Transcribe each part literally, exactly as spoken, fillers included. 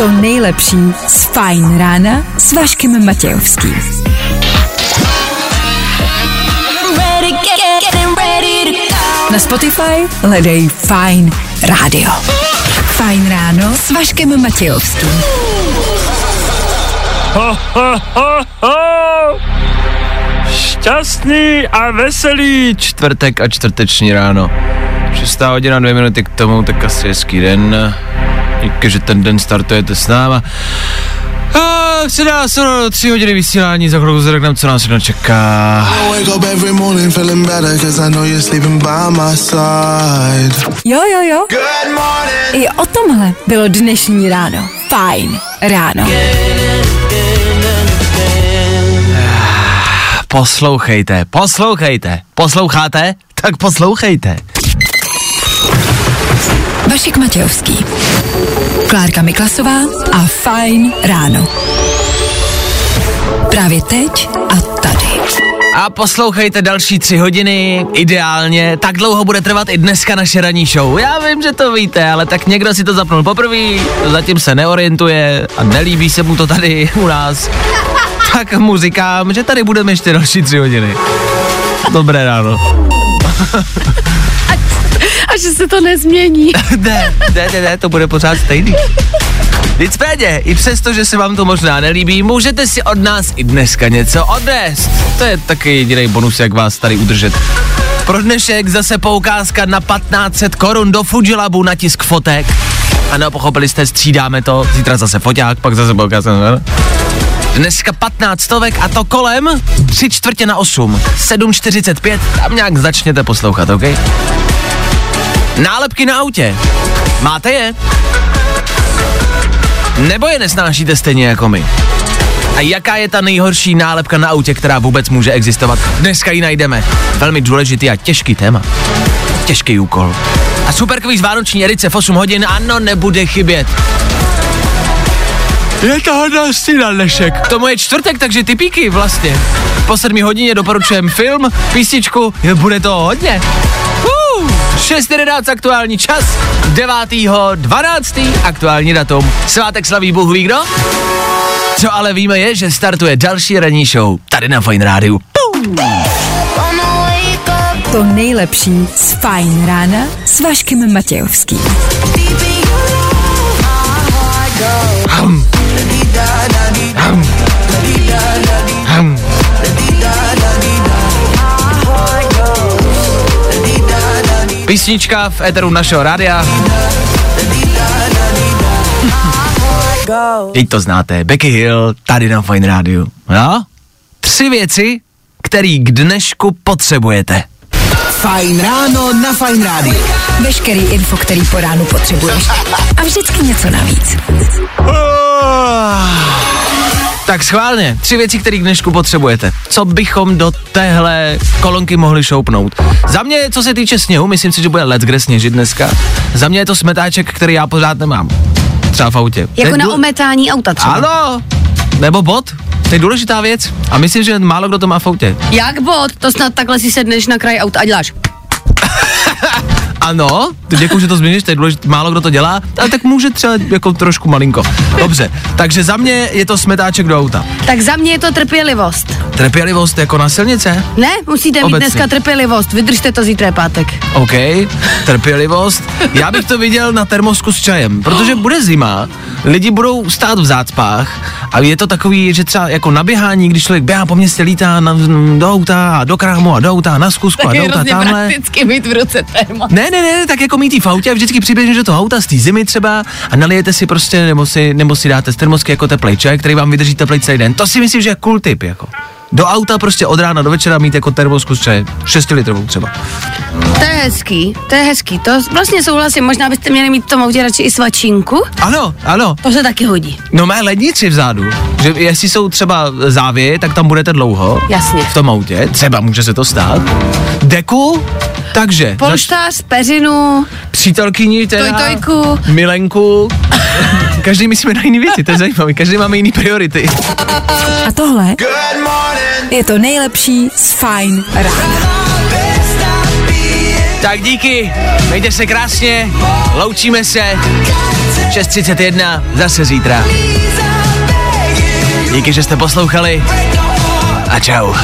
To nejlepší z Fajn rána s Vaškem Matějovským. Na Spotify hledej Fajn rádio. Fajn ráno s Vaškem Matějovským. Ho, ho, ho, ho. Šťastný a veselý čtvrtek a čtvrteční ráno. Šestá hodina, dvě minuty k tomu, tak asi hezký den. Díky, že ten den startujete s náma. A se dá se do tři hodiny vysílání, za chvilku řekneme, co nás všechno čeká. Jo, jo, jo. I o tomhle bylo dnešní ráno. Fajn ráno. Poslouchejte, poslouchejte, posloucháte? Tak poslouchejte. Vašek Matějovský, Klárka Miklasová a Fajn ráno. Právě teď a tady. A poslouchejte další tři hodiny, ideálně, tak dlouho bude trvat i dneska naše ranní show. Já vím, že to víte, ale tak někdo si to zapnul poprvé, zatím se neorientuje a nelíbí se mu to tady u nás. Tak mu říkám, že tady budeme ještě další tři hodiny. Dobré ráno. A že se to nezmění. ne, ne, ne, ne, to bude pořád stejný. Nicméně, i přesto, že se vám to možná nelíbí, můžete si od nás i dneska něco odnést. To je taky jediný bonus, jak vás tady udržet. Pro dnešek zase poukázka na patnáct set korun do Fujilabu na tisk fotek. Ano, pochopili jste, střídáme to. Zítra zase foťák, pak zase poukázka. Dneska patnáct stovek a to kolem tři čtvrtě na osm. sedm čtyřicet pět, tam nějak začněte poslouchat, OK? Nálepky na autě. Máte je? Nebo je nesnášíte stejně jako my? A jaká je ta nejhorší nálepka na autě, která vůbec může existovat? Dneska ji najdeme. Velmi důležitý a těžký téma. Těžký úkol. A superkvíz vánoční edice v osm hodin, ano, nebude chybět. Je to hodná stína dnešek. K tomu je čtvrtek, takže typíky vlastně. Po sedmi hodině doporučujem film, písničku, bude to hodně. Uh, šest jedenáct aktuální čas, devátého dvanáctého aktuální datum. Svátek slaví Bůh ví kdo? Co ale víme je, že startuje další ranní show tady na Fajn rádiu. To nejlepší z Fajn rána s Vaškem Matějovským. Hum. Hum. Hum. Písnička v éteru našeho rádia. Teď to znáte, Becky Hill, tady na Fajn rádiu. No? Tři věci, který k dnešku potřebujete. Fajn ráno na Fajn rádiu. Veškerý info, který po ránu potřebuješ. A vždycky něco navíc. Tak schválně, tři věci, které k dnešku potřebujete. Co bychom do téhle kolonky mohli šoupnout? Za mě, co se týče sněhu, myslím si, že bude leckde sněžit dneska. Za mě je to smetáček, který já pořád nemám. Třeba v autě. Jako na dů... ometání auta třeba. Ano, nebo bod. To je důležitá věc a myslím, že málo kdo to má v autě. Jak bod? To snad takhle si sedneš na kraj auta a děláš. Ano, děkuji, že to změníš, to je důležité, málo kdo to dělá, ale tak může třeba jako trošku malinko. Dobře, takže za mě je to smetáček do auta. Tak za mě je to trpělivost. Trpělivost jako na silnice? Ne, musíte mít Obecně. dneska trpělivost, vydržte to, zítra je pátek. OK, trpělivost. Já bych to viděl na termosku s čajem, protože bude zima, lidi budou stát v zácpách a je to takový, že třeba jako na běhání, když člověk běhá po městě, lítá na, do auta a do krámu a do auta, na zkusku a do auta tamhle. prakticky mít v ruce termos. Ne, ne, ne, tak jako mít v autě a vždycky přiběhneš do toho auta z té zimy třeba a nalijete si prostě, nebo si, nebo si dáte z termosky jako teplej čaj, který vám vydrží teplej celý den. To si myslím, že je cool tip, jako. Do auta prostě od rána do večera mít jako termosku s čajem, šestilitrovou třeba. To je hezký, to je hezký, to vlastně souhlasím, možná byste měli mít v tom autě radši i svačinku. Ano, ano. To se taky hodí. No má lednici vzadu, že jestli jsou třeba závěje, tak tam budete dlouho. Jasně. V tom autě, třeba může se to stát. Deku, takže. Polštář, peřinu, Přítelkyni teda. tojtojku. Milenku. Každý myslíme na jiný věci, to je zajímavé, každý máme jiný priority. A tohle je to nejlepší z Fajn rána. Tak díky, mějte se krásně, loučíme se, šest třicet jedna, zase zítra. Díky, že jste poslouchali a čau.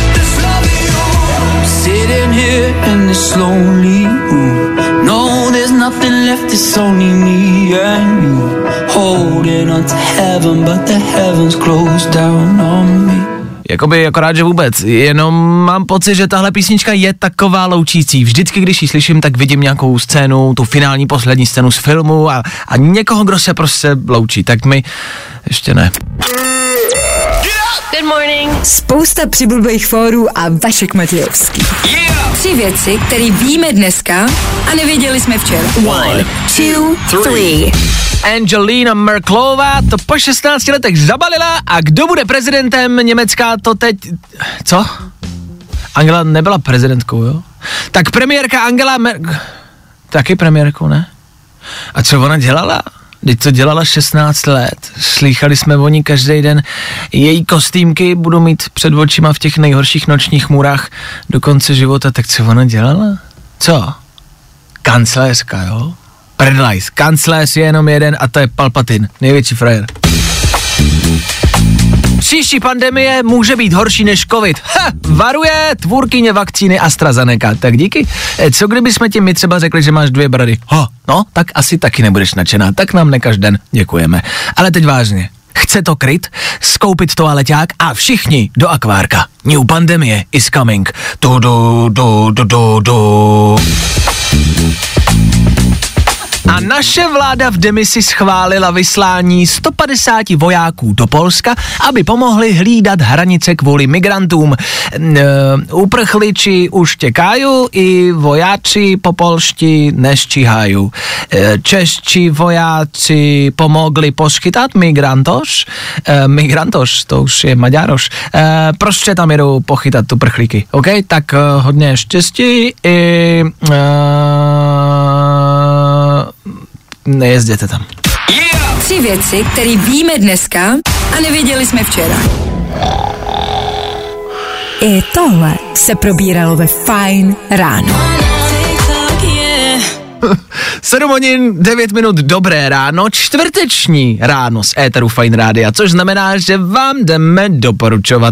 Sitting here in this lonely room. No, there's nothing left, it's only me and you. Holding on to heaven, but the heavens closed down on me. Jakoby akorát, že vůbec, jenom mám pocit, že tahle písnička je taková loučící. Vždycky, když ji slyším, tak vidím nějakou scénu, tu finální poslední scénu z filmu a, a někoho, kdo se prostě loučí, tak my ještě ne. Good morning. Spousta přibulbých fórů a Vašek Matějovský. Yeah. Tři věci, které víme dneska a nevěděli jsme včera. One, two, three. Angelina Merkelová to po šestnácti letech zabalila a kdo bude prezidentem Německa, to teď... Co? Angela nebyla prezidentkou, jo? Tak premiérka Angela Merkel... Taky premiérkou, ne? A co ona dělala? Teď to dělala šestnáct let. Slýchali jsme o ní každý den. Její kostýmky budou mít před očima v těch nejhorších nočních můrách do konce života. Tak co ona dělala? Co? Kancléřka, jo? Prdlajs. Kancléř je jenom jeden a to je Palpatine. Největší frajer. Příští pandemie může být horší než covid. Ha, varuje tvůrkyně vakcíny AstraZeneca. Tak díky. E, co kdyby jsme ti my třeba řekli, že máš dvě brady? Ho, no, tak asi taky nebudeš nadšená. Tak nám ne každý den děkujeme. Ale teď vážně. Chce to kryt, skoupit toaleťák a všichni do akvárka. New pandemie is coming. Du, du, du, du, du, du. A naše vláda v demisi schválila vyslání sto padesát vojáků do Polska, aby pomohli hlídat hranice kvůli migrantům. E, uprchliči už těkají, i vojáci popolští neštíhají. E, čeští vojáci pomogli poskytat migrantoš. E, migrantoš, to už je Maďaroš. E, prostě tam jedou pochytat tu prchlíky, ok? Tak e, hodně štěstí i... E, nejezděte tam. Yeah! Tři věci, které víme dneska a nevěděli jsme včera. I tohle se probíralo ve Fajn ráno. sedm hodin, devět minut, dobré ráno, čtvrteční ráno z éteru Fajn rádia, což znamená, že vám jdeme doporučovat.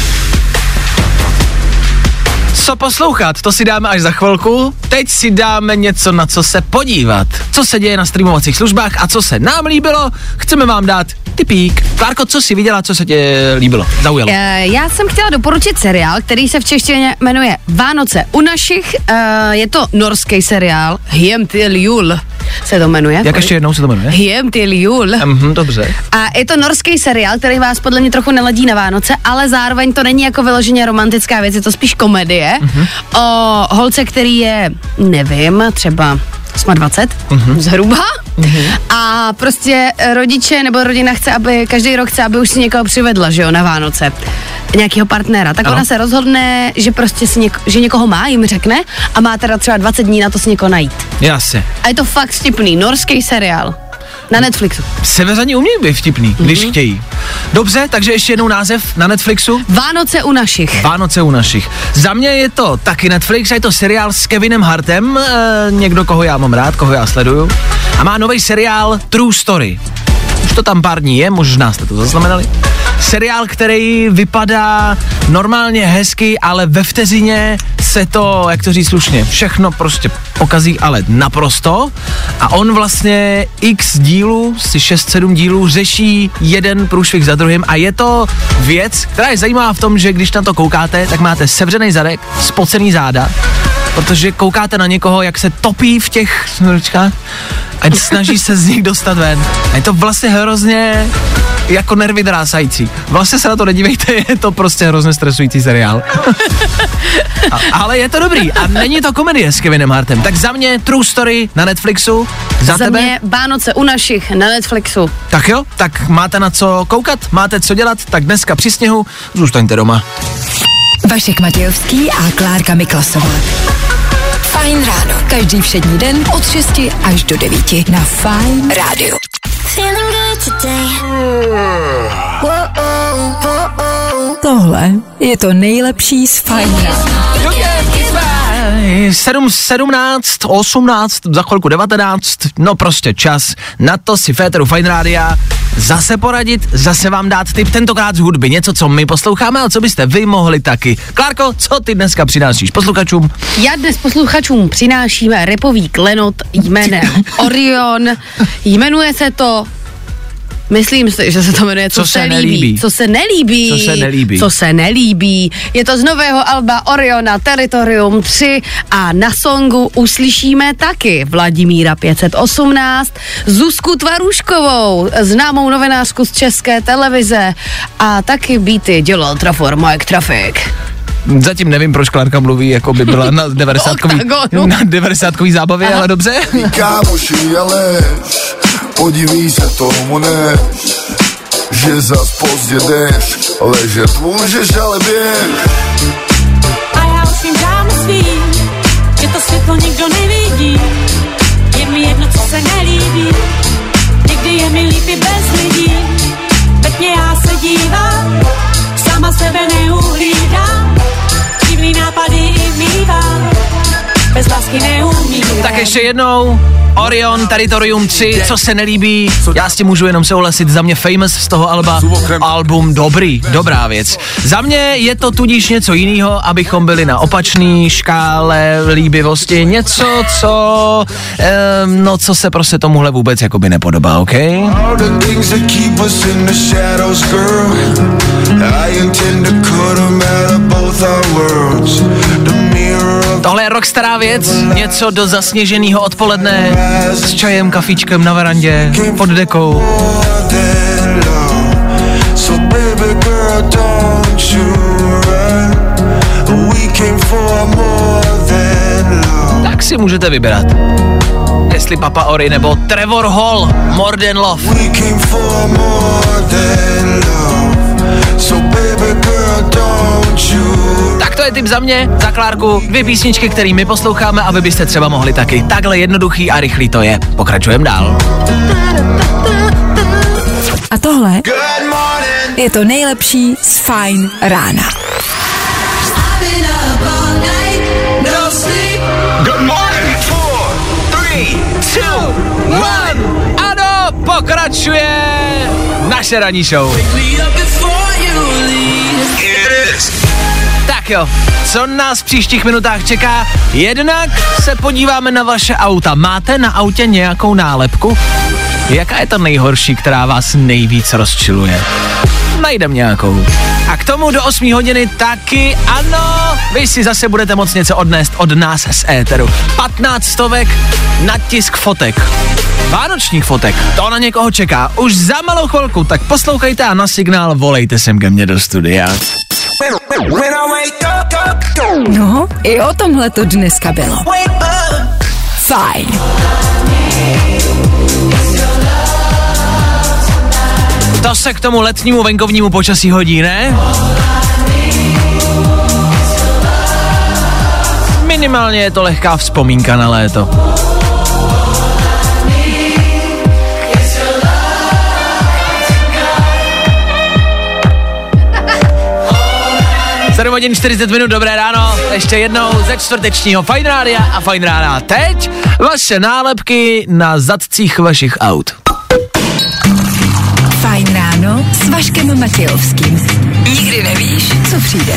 Co poslouchat, to si dáme až za chvilku. Teď si dáme něco, na co se podívat. Co se děje na streamovacích službách a co se nám líbilo, chceme vám dát tipík. Klárko, co jsi viděla, co se tě líbilo, zaujalo? Já jsem chtěla doporučit seriál, který se v češtině jmenuje Vánoce u našich. Je to norský seriál, Hjem til jul se to jmenuje. Jak ještě jednou se to jmenuje? Hjem til jul. Mhm, dobře. A je to norský seriál, který vás podle mě trochu neladí na Vánoce, ale zároveň to není jako vyloženě romantická věc, je to spíš komedie. Mm-hmm. O holce, který je, nevím, třeba dvacet osm, mm-hmm. zhruba. Mm-hmm. A prostě rodiče nebo rodina chce, aby každý rok chce, aby už si někoho přivedla, že jo, na Vánoce. Nějakého partnera. Tak ano. Ona se rozhodne, že prostě si něko, že někoho má, jim řekne a má teda třeba dvacet dní na to si někoho najít. Jasně. A je to fakt vtipný, norský seriál. Na Netflixu. Severani umějí být vtipný, mm-hmm. když chtějí. Dobře, takže ještě jednou název na Netflixu. Vánoce u našich. Vánoce u našich. Za mě je to taky Netflix, je to seriál s Kevinem Hartem, e, někdo, koho já mám rád, koho já sleduju. A má nový seriál True Story. Už to tam pár dní je, možná jste to zaznamenali. Seriál, který vypadá normálně hezky, ale ve vteřině se to, jak to říct slušně, všechno prostě pokazí, ale naprosto. A on vlastně x dílů, si šest sedm dílů, řeší jeden průšvih za druhým a je to věc, která je zajímavá v tom, že když na to koukáte, tak máte sevřený zadek, spocený záda, protože koukáte na někoho, jak se topí v těch snorčkách a snaží se z nich dostat ven. A je to vlastně hrozně jako nervy drásající. Vlastně se na to nedívejte, je to prostě hrozně stresující seriál. a, ale je to dobrý a není to komedie s Kevinem Hartem. Tak za mě True Story na Netflixu, za, za tebe? Mě Vánoce u našich na Netflixu. Tak jo, tak máte na co koukat, máte co dělat, tak dneska při sněhu zůstaňte doma. Vašek Matějovský a Klárka Miklasová. Fajn ráno. Každý všední den od šesti až do devíti na Fajn rádiu. Tohle je to nejlepší z Fajn rána. sedm sedmnáct, osmnáct, za chvilku devatenáct, no prostě čas na to si Féteru Fine Rádia zase poradit, zase vám dát tip, tentokrát z hudby, něco, co my posloucháme, ale co byste vy mohli taky. Klárko, co ty dneska přinášíš posluchačům? Já dnes posluchačům přináším rapový klenot jménem Orion. Jmenuje se to Myslím si, že se to jmenuje Co, co se nelíbí. nelíbí. Co se nelíbí. Co se nelíbí. Co se nelíbí. Je to z nového alba Oriona Territorium tři a na songu uslyšíme taky Vladimíra pět set osmnáct, Zuzku Tvaruškovou, známou novinářku z České televize a taky beaty dělal Trafor Mike Traffic. Zatím nevím, proč Klárka mluví, jako by byla na devadesátkový, na devadesátkový zábavě, Aha. ale dobře. Kámoši, ale podívej se tomu než, že zas pozdě jdeš, ležet můžeš, ale běž. A já už jim dám svý, že to světlo nikdo nevidí, je mi jedno, co se nelíbí, někdy je mi líp i bez lidí, ve tmě já se dívám, sama sebe neuhlídám, divný nápady i mívám, bez lásky neumírám. Tak ještě jednou, Orion Territorium tři, co se nelíbí, já s tím můžu jenom souhlasit, za mě Famous z toho alba, album dobrý, dobrá věc. Za mě je to tudíž něco jiného, abychom byli na opačný škále líbivosti, něco, co, eh, no co se prostě tomuhle vůbec jakoby nepodobá, ok? Tohle je rockstará věc, něco do zasněženého odpoledne, s čajem, kafíčkem na verandě, pod dekou. Tak si můžete vybrat, jestli Papa Ori nebo Trevor Hall, More Than Love. Tak to je tip za mě, za Klárku, dvě písničky, které my posloucháme a vy byste třeba mohli taky. Takhle jednoduchý a rychlý to je. Pokračujeme dál. A tohle je to nejlepší z Fajn rána. Good morning. Four, three, two, one. Ano, pokračuje naše ranní show. Tak jo, co nás v příštích minutách čeká? Jednak se podíváme na vaše auta. Máte na autě nějakou nálepku? Jaká je ta nejhorší, která vás nejvíc rozčiluje? Najdem nějakou. A k tomu do osmé hodiny taky, ano, vy si zase budete moct něco odnést od nás z éteru. patnáct stovek na tisk fotek. Vánočních fotek, to na někoho čeká. Už za malou chvilku, tak poslouchejte a na signál volejte sem ke mně do studia. No, i o tomhle to dneska bylo. Fajn. To se k tomu letnímu venkovnímu počasí hodí, ne? Minimálně je to lehká vzpomínka na léto. sedm hodin čtyřicet minut, dobré ráno, ještě jednou ze čtvrtečního Fajn Rádia a Fajn Rána. Teď vaše nálepky na zadcích vašich aut. Fajn ráno s Vaškem Matějovským. Nikdy nevíš, co přijde.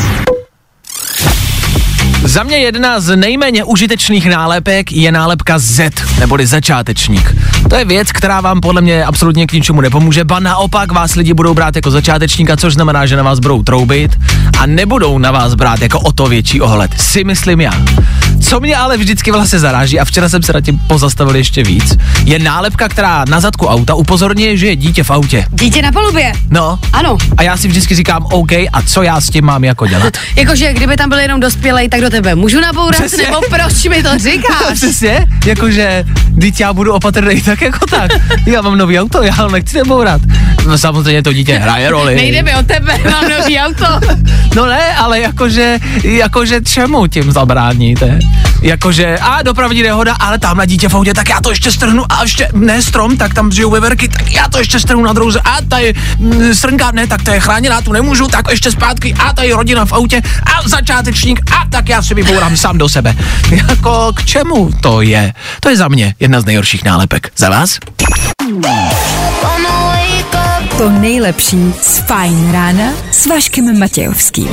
Za mě jedna z nejméně užitečných nálepek je nálepka Z, neboli začátečník. To je věc, která vám podle mě absolutně k ničemu nepomůže, ba naopak vás lidi budou brát jako začátečníka, což znamená, že na vás budou troubit a nebudou na vás brát jako o to větší ohled. Si myslím já. Co mě ale vždycky vlastně zaráží, a včera jsem se na tím pozastavil ještě víc, je nálepka, která na zadku auta upozorňuje, že je dítě v autě. Dítě na palubě. No. Ano. A já si vždycky říkám, OK, a co já s tím mám jako dělat? Jakože kdyby tam byl jenom dospělej, tak do tebe můžu nabourat, přesně. Nebo proč mi to říkáš? Přesně, jakože, teď já budu opatrnej tak jako tak. Já mám nový auto, já ho nechci nebourat. No, samozřejmě to dítě hraje roli. Nejde mi o tebe, mám nový auto. No ne, ale jakože, jakože čemu tím zabráníte? Jakože, a dopravní nehoda, ale tam na dítě v autě, tak já to ještě strhnu a ještě, ne strom, tak tam žijou veverky, tak já to ještě strhnu na drouze a tady mm, srnka, ne, tak to je chráněná, tu nemůžu, tak ještě zpátky a tady rodina v autě a začátečník a tak já si vybourám sám do sebe. Jako k čemu to je? To je za mě jedna z nejhorších nálepek. Za vás? To nejlepší z Fajn rána s Vaškem Matějovským.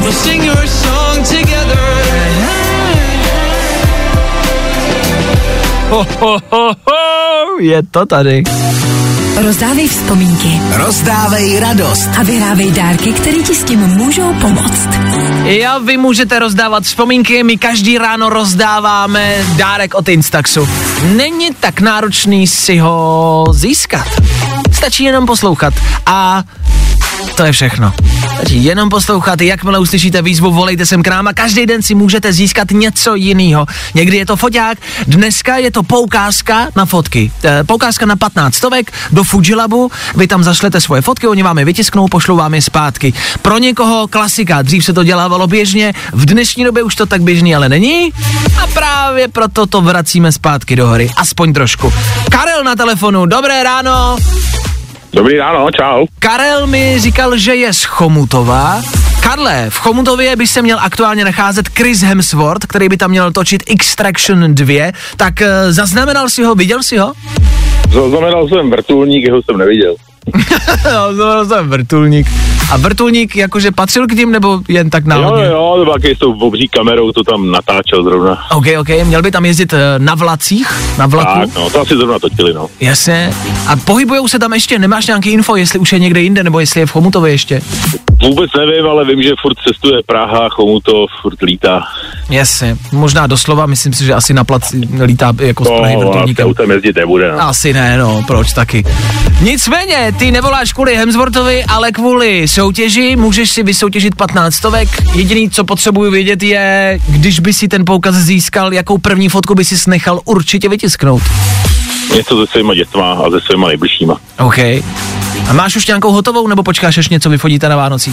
Ho, ho, ho, ho, je to tady. Rozdávej vzpomínky. Rozdávej radost. A vyhrávej dárky, které ti s tím můžou pomoct. Jo, vy můžete rozdávat vzpomínky, my každý ráno rozdáváme dárek od Instaxu. Není tak náročný si ho získat. Stačí jenom poslouchat a to je všechno. Stačí jenom poslouchat, jakmile uslyšíte výzvu, volejte sem k nám a každý den si můžete získat něco jiného. Někdy je to foťák, dneska je to poukázka na fotky. E, poukázka na patnáct stovek do Fujilabu, vy tam zašlete svoje fotky, oni vám je vytisknou, pošlou vám je zpátky. Pro někoho klasika, dřív se to dělávalo běžně, v dnešní době už to tak běžný ale není a právě proto to vracíme zpátky do hory, aspoň trošku. Karel na telefonu, dobré ráno. Dobrý ráno, čau. Karel mi říkal, že je z Chomutova. Karle, v Chomutově by se měl aktuálně nacházet Chris Hemsworth, který by tam měl točit Extraction dva, tak uh, zaznamenal si ho, viděl si ho? Zaznamenal jsem vrtulník, jeho jsem neviděl. Zaznamenal jsem vrtulník. A vrtulník jakože patřil k ním, nebo jen tak náhodně? Jo, jo, to taky s tou obří kamerou to tam natáčel zrovna. OK, OK, měl by tam jezdit na vlacích, na vlaku? Tak, no, to asi zrovna točili, no. Jasně. A pohybujou se tam ještě, nemáš nějaký info, jestli už je někde jinde, nebo jestli je v Chomutově ještě? Vůbec nevím, ale vím, že furt cestuje Praha, Chomutov, furt lítá. Jasně, možná doslova, myslím si, že asi na plac lítá jako z Prahy no, vrtulníkem. No, autem jezdit nebude, no. Asi ne, no, proč taky. Nicméně, ty nevoláš kvůli Hemsworthovi, ale kvůli soutěži, můžeš si vysoutěžit patnáct stovek. Jediný, co potřebuju vědět, je, když by si ten poukaz získal, jakou první fotku by si nechal určitě vytisknout. Něco se svýma dětma a se svýma nejbližšíma. OK. A máš už nějakou hotovou, nebo počkáš, až něco vyfodíte na Vánocích?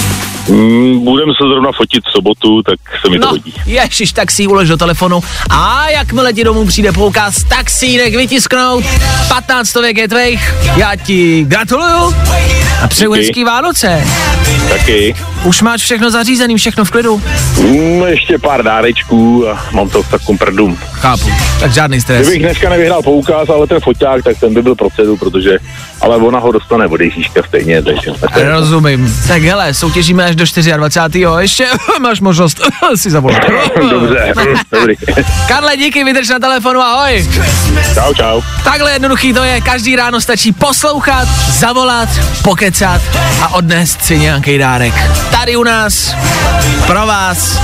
Mm, budeme se zrovna fotit v sobotu, tak se mi no, to hodí. Ježiš, tak si ji ulož do telefonu a jakmile ti domů přijde poukaz, tak si ji nech vytisknout. patnáct stovek je tvejch, já ti gratuluju a přeju hezký Vánoce. Taky. Už máš všechno zařízený, všechno v klidu? Mm, ještě pár dárečků a mám to v takovém prdu. Chápu, tak žádný stres. Kdybych dneska nevyhrál poukaz, ale ten foťák, tak ten by byl procedu, protože, ale ona ho dostane od Ježíška stejně, takže. Rozumím. Tak hele, soutěžíme až do dvacátého čtvrtého Ještě máš možnost si zavolat. Dobře, dobrý. Karle, díky, vydrž na telefonu, ahoj. Čau, čau. Takhle jednoduchý to je, každý ráno stačí poslouchat, zavolat, pokecat a odnést si nějaký dárek. Tady u nás, pro vás.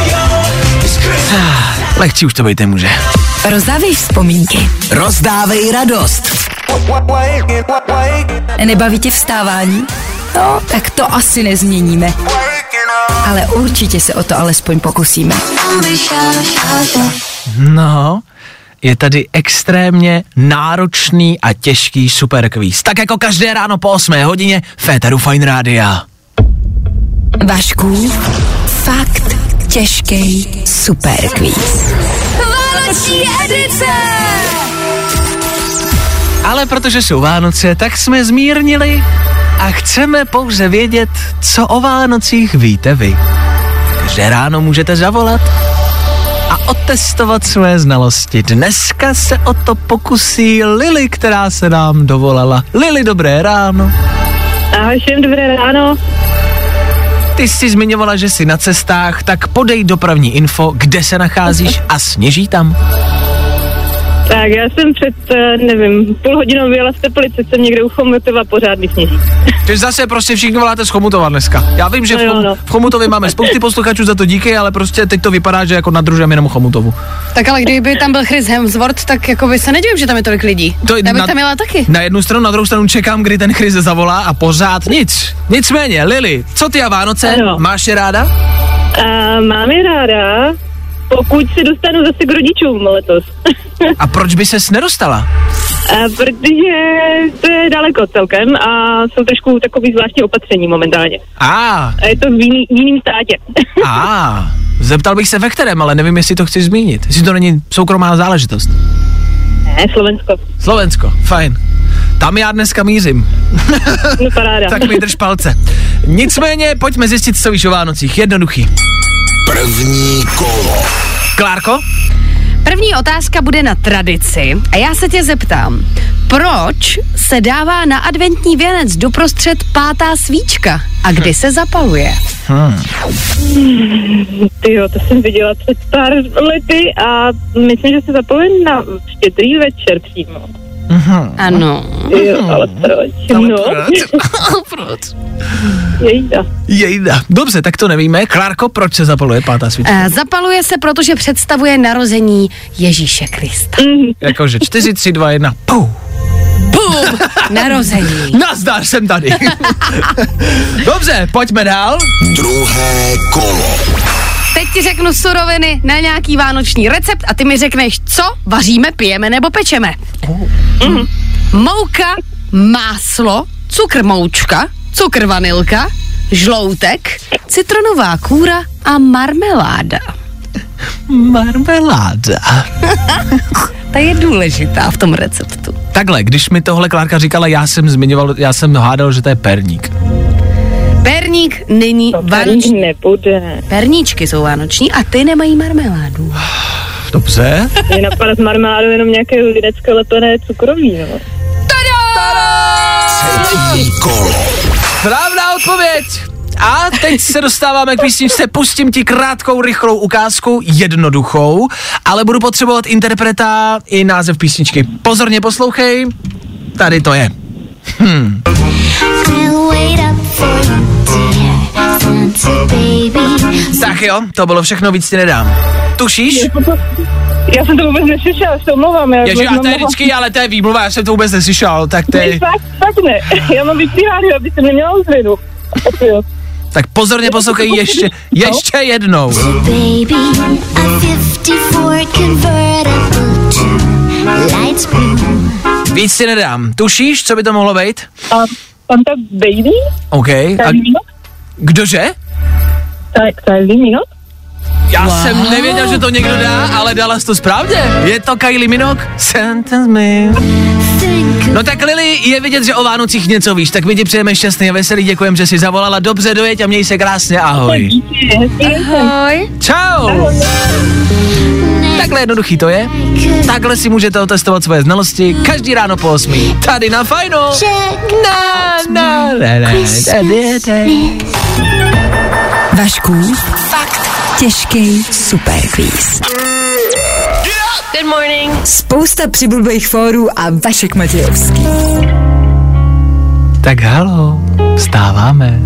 Lehčí už to být nemůže. Rozdávej vzpomínky. Rozdávej radost. Nebaví tě vstávání? No, tak to asi nezměníme. Ale určitě se o to alespoň pokusíme. No, je tady extrémně náročný a těžký superkvíz. Tak jako každé ráno po osmé hodině Féteru Fajn Rádia. Vašku, fakt těžký superkvíz. Vánoční edice! Ale protože jsou Vánoce, tak jsme zmírnili a chceme pouze vědět, co o Vánocích víte vy. Každé ráno můžete zavolat a otestovat své znalosti. Dneska se o to pokusí Lily, která se nám dovolala. Lily, dobré ráno. Ahoj, všem dobré ráno. Ty jsi zmiňovala, že jsi na cestách, tak podej dopravní info, kde se nacházíš a sněží tam. Tak já jsem před, nevím, půl hodinou vyjela z Teplice, jsem někde u Chomutova, pořád mi sněží. Takže zase prostě všichni voláte z Chomutova dneska. Já vím, že v, Chom, v Chomutově máme spousty posluchačů, za to díky, ale prostě teď to vypadá, že jako nadružujeme jenom Chomutovu. Tak ale kdyby tam byl Chris Hemsworth, tak jako by se nedivím, že tam je tolik lidí. To, já bych na, tam jela taky. Na jednu stranu, na druhou stranu čekám, kdy ten Chris zavolá a pořád nic. Nicméně, Lily, co ty a Vánoce? Ano. Máš je ráda? Uh, mám je ráda, pokud se dostanu zase k rodičům letos. A proč by ses nedostala? A protože to je daleko celkem a jsou trošku takový zvláštní opatření momentálně. A. A je to v jiný, jiným státě. A. Zeptal bych se ve kterém, ale nevím, jestli to chci zmínit. Jestli to není soukromá záležitost. Ne, Slovensko. Slovensko, fajn. Tam já dneska mířím. No paráda. Tak mi drž palce. Nicméně, pojďme zjistit, co víš o Vánocích. Jednoduchý. První kolo. Klárko? První otázka bude na tradici a já se tě zeptám, proč se dává na adventní věnec doprostřed pátá svíčka a kdy se zapaluje? Hmm. Tyjo, to jsem viděla před pár lety a myslím, že se zapaluje na štědrý večer přímo. Mm-hmm. Ano. Jo, ale proč? Ale No. proč? proč? Jejda. Jejda. Dobře, tak to nevíme. Klárko, proč se zapaluje pátá svíčka? Uh, zapaluje se, protože představuje narození Ježíše Krista. Mm. Jakože čtyři, tři, dva, jedna, pum. Bum! Narození. Nazdar, jsem tady. Dobře, pojďme dál. Druhé kolo. Teď ti řeknu suroviny na nějaký vánoční recept a ty mi řekneš, co vaříme, pijeme nebo pečeme. Mm. Mouka, máslo, cukr moučka, cukr vanilka, žloutek, citronová kůra a marmeláda. Marmeláda. Ta je důležitá v tom receptu. Takhle, když mi tohle Klárka říkala, já jsem zmiňoval, já jsem hádal, že to je perník. Perník není To vánoční. nebude. Perníčky jsou vánoční a ty nemají marmeládu. Dobře. Mě napadá z marmeládou jenom nějaké lidecko lepené cukroví, no. Třetí kolo. Správná odpověď. A teď se dostáváme k písničce, pustím ti krátkou, rychlou ukázku, jednoduchou, ale budu potřebovat interpreta i název písničky. Pozorně poslouchej, tady to je. Hm. Tak jo, to bylo všechno, víc ti nedám. Tušíš? Já jsem to vůbec neslyšela, se omlouvám. Já Ježi, a mám to je mohla- vždycky, ale to je výmluva, já jsem to vůbec neslyšel, tak to Ne, je... fakt, fakt ne. Já mám vypsí rádio, aby jsem neměla ozvěnu. Opět. Tak pozorně poslouchej ještě, ještě jednou. Baby, a fifty-four convertible to light blue. Víc si nedám. Tušíš, co by to mohlo být? A tam ta baby? OK. A Kylie Minogue? kdože? Tak, Kylie Minogue? Já wow. jsem nevěděl, že to někdo dá, ale dala jsi to správně. Je to Kylie Minogue? Sentence me. No tak Lili, je vidět, že o Vánocích něco víš, tak my ti přejeme šťastný a veselý, děkujem, že jsi zavolala, dobře dojeď a měj se krásně, ahoj. Ahoj. Čau. Takhle jednoduchý to je. Takhle si můžete otestovat svoje znalosti každý ráno po osmí. Tady na Fajnu. Na, na, na, na, na, Vašků, fakt těžký superkvíz. Good morning. Spousta přibulbých fórů a Vašek Matějovský. Tak halo, vstáváme.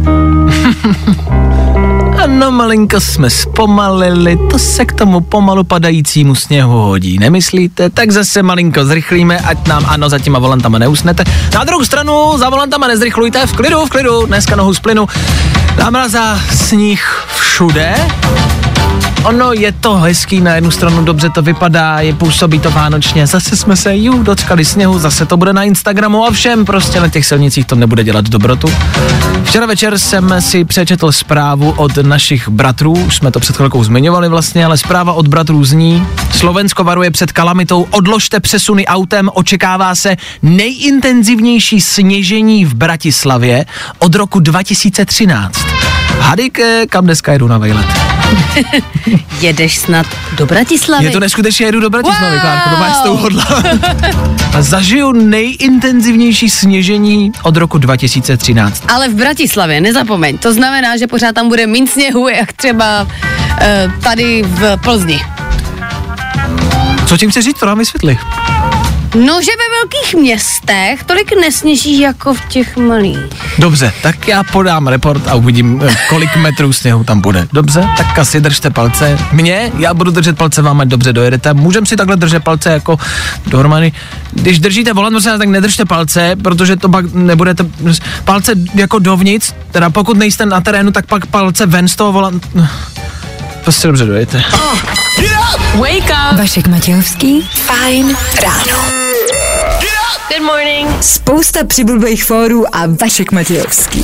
Ano, malinko jsme zpomalili, to se k tomu pomalu padajícímu sněhu hodí, nemyslíte? Tak zase malinko zrychlíme, ať nám ano za těma volantama neusnete. Na druhou stranu za volantama nezrychlujte, v klidu, v klidu, dneska nohu z plynu. Námraza, sníh všude. Ono je to hezký, na jednu stranu dobře to vypadá, je působí to vánočně, zase jsme se jú, dočkali sněhu, zase to bude na Instagramu a všem, prostě na těch silnicích to nebude dělat dobrotu. Včera večer jsem si přečetl zprávu od našich bratrů, už jsme to před chvilkou zmiňovali vlastně, ale zpráva od bratrů zní: Slovensko varuje před kalamitou, odložte přesuny autem, očekává se nejintenzivnější sněžení v Bratislavě od roku dva tisíce třináct. Hadejke, kam dneska jedu na vejlet? Jedeš snad do Bratislavy? Je to neskutečně, jedu do Bratislavy, Wow! Klárko, doma s tou hodla. A zažiju nejintenzivnější sněžení od roku dva tisíce třináct. Ale v Bratislavě, nezapomeň, to znamená, že pořád tam bude míň sněhu, jak třeba uh, tady v Plzni. Co tím chci říct, to nám vysvětli. No, že ve velkých městech tolik nesněží jako v těch malých. Dobře, tak já podám report a uvidím, kolik metrů sněhu tam bude. Dobře, tak asi držte palce. Mně, já budu držet palce vám, ať dobře dojedete. Můžeme si takhle držet palce jako dohromady. Když držíte volant, prosím, tak nedržte palce, protože to pak nebudete... Palce jako dovnitř, teda pokud nejste na terénu, tak pak palce ven z toho volantu. Prostě dobře dojete. Wake up! Vašek Matějovský, Fajn ráno. Good morning. Spousta přibulbých fórů a Vašek Matějovský.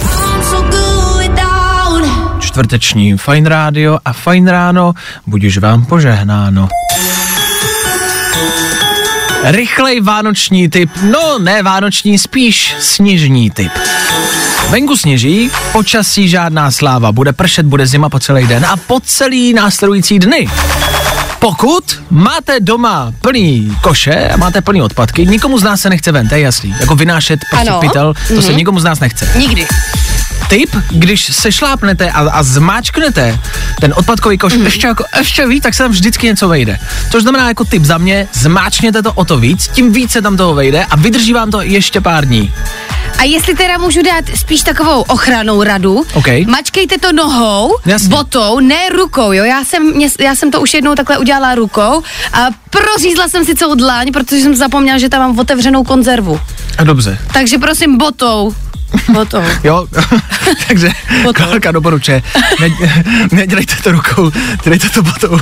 Čtvrteční Fajn rádio a Fajn ráno, budiž vám požehnáno. Rychlej vánoční tip, no ne vánoční, spíš sněžní tip. Venku sněží, počasí žádná sláva, bude pršet, bude zima po celý den a po celý následující dny. Pokud máte doma plný koše a máte plný odpadky, nikomu z nás se nechce ven, to je jasný. Jako vynášet prostě pytel, to mm-hmm. se nikomu z nás nechce. Nikdy. Tip, když se šlápnete a, a zmáčknete ten odpadkový koš mm-hmm. ještě, jako, ještě víc, tak se tam vždycky něco vejde. Což znamená jako tip za mě, zmáčkněte to o to víc, tím víc se tam toho vejde a vydrží vám to ještě pár dní. A jestli teda můžu dát spíš takovou ochranou radu, okay. mačkejte to nohou, Jasně. botou, ne rukou, jo, já jsem, mě, já jsem to už jednou takhle udělala rukou a prořízla jsem si celou dlaň, protože jsem zapomněla, že tam mám otevřenou konzervu. A dobře. Takže prosím botou. Botou. Jo, takže Klárka doporučuje, ne, nedělejte to rukou, dělejte to botou.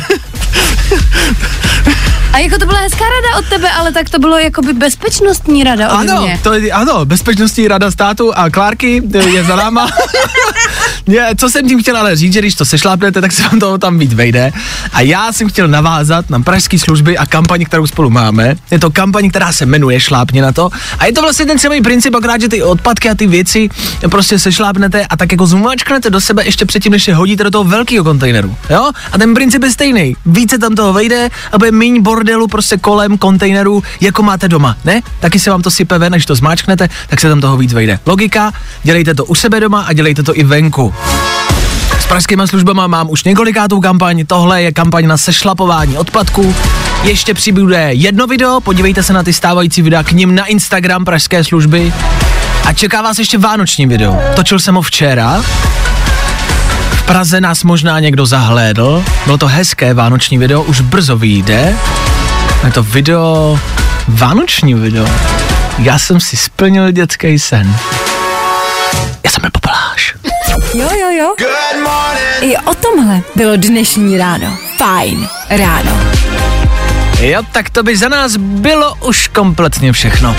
A jako to byla hezká rada od tebe, ale tak to bylo jakoby bezpečnostní rada od ano, mě. To je, ano, bezpečnostní rada státu a Klárky je za náma. Je, co jsem tím chtěl ale říct, že když to sešlápnete, tak se vám toho tam víc vejde. A já jsem chtěl navázat na pražské služby a kampaň, kterou spolu máme. Je to kampaň, která se jmenuje Šlápni na to. A je to vlastně ten celý princip, akorát, že ty odpadky a ty věci prostě sešlápnete a tak jako zmáčknete do sebe ještě předtím, než je hodíte do toho velkého kontejneru. Jo? A ten princip je stejný. Více tam toho vejde, aby méně bordelu prostě kolem kontejneru, jako máte doma, ne? Taky se vám to sype ven, než to zmáčknete, tak se tam toho víc vejde. Logika, dělejte to u sebe doma a dělejte to i venku. S pražskýma službama mám už několikátou kampaň, tohle je kampaň na sešlapování odpadků. Ještě přibude jedno video, podívejte se na ty stávající videa k nim na Instagram pražské služby. A čeká vás ještě vánoční video. Točil jsem ho včera. V Praze nás možná někdo zahlédl. Bylo to hezké vánoční video, už brzo vyjde. Je to video, vánoční video. Já jsem si splnil dětský sen. Já jsem nepopeláš. Jo, jo, jo. Good morning. I o tomhle bylo dnešní ráno. Fajn ráno. Jo, tak to by za nás bylo už kompletně všechno.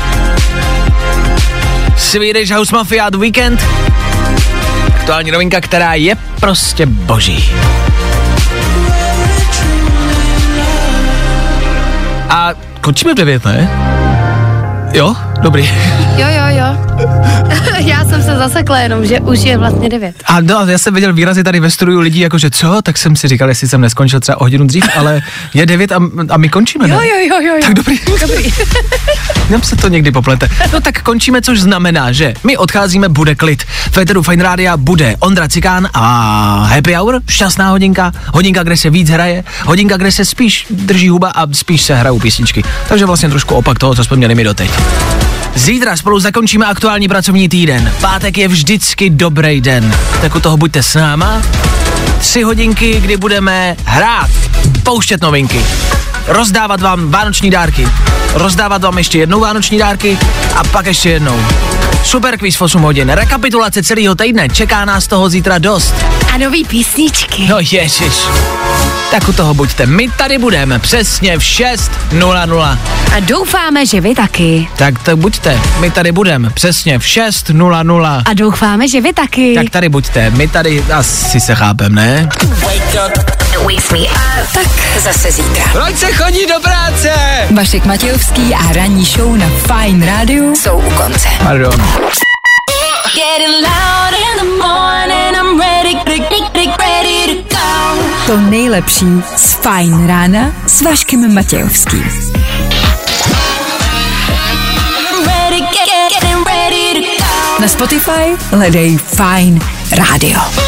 Swedish House Mafia The Weekend. Aktuální novinka, která je prostě boží. A končíme v devět, ne? Jo? Dobrý. Jo, jo, jo. Já jsem se zasekla jenom, že už je vlastně devět. A no, já jsem viděl výrazy tady ve studiu lidí, jakože co, tak jsem si říkal, jestli jsem neskončil třeba o hodinu dřív, ale je devět a, a my končíme, ne? Jo, jo, jo, jo. Tak dobrý. Dobrý. Nám se to někdy poplete. No tak končíme, což znamená, že my odcházíme, bude klid. V éteru Fajn rádia bude Ondra Cikán a Happy Hour, šťastná hodinka, hodinka, kde se víc hraje, hodinka, kde se spíš drží huba a spíš se hrajou písničky. Takže vlastně trošku opak toho, co jsme měli my doteď. Zítra spolu zakončíme aktuální pracovní týden. Pátek je vždycky dobrý den. Tak u toho buďte s náma. Tři hodinky, kdy budeme hrát, pouštět novinky, rozdávat vám vánoční dárky, rozdávat vám ještě jednou vánoční dárky a pak ještě jednou. Super quiz v osm hodin, rekapitulace celého týdne, čeká nás toho zítra dost. A nový písničky. No ježiš. Tak u toho buďte, my tady budeme přesně v šest nula nula. A doufáme, že vy taky. Tak to buďte, my tady budeme přesně v šest nula nula. A doufáme, že vy taky. Tak tady buďte, my tady asi se chápem, ne? Tak zase zítra. Proč se chodí do práce? Vašek Matějovský a ranní show na Fajn rádiu jsou u konce. Pardon. To nejlepší z Fajn rána s Vaškem Matějovským. Na Spotify hledej Fajn rádio.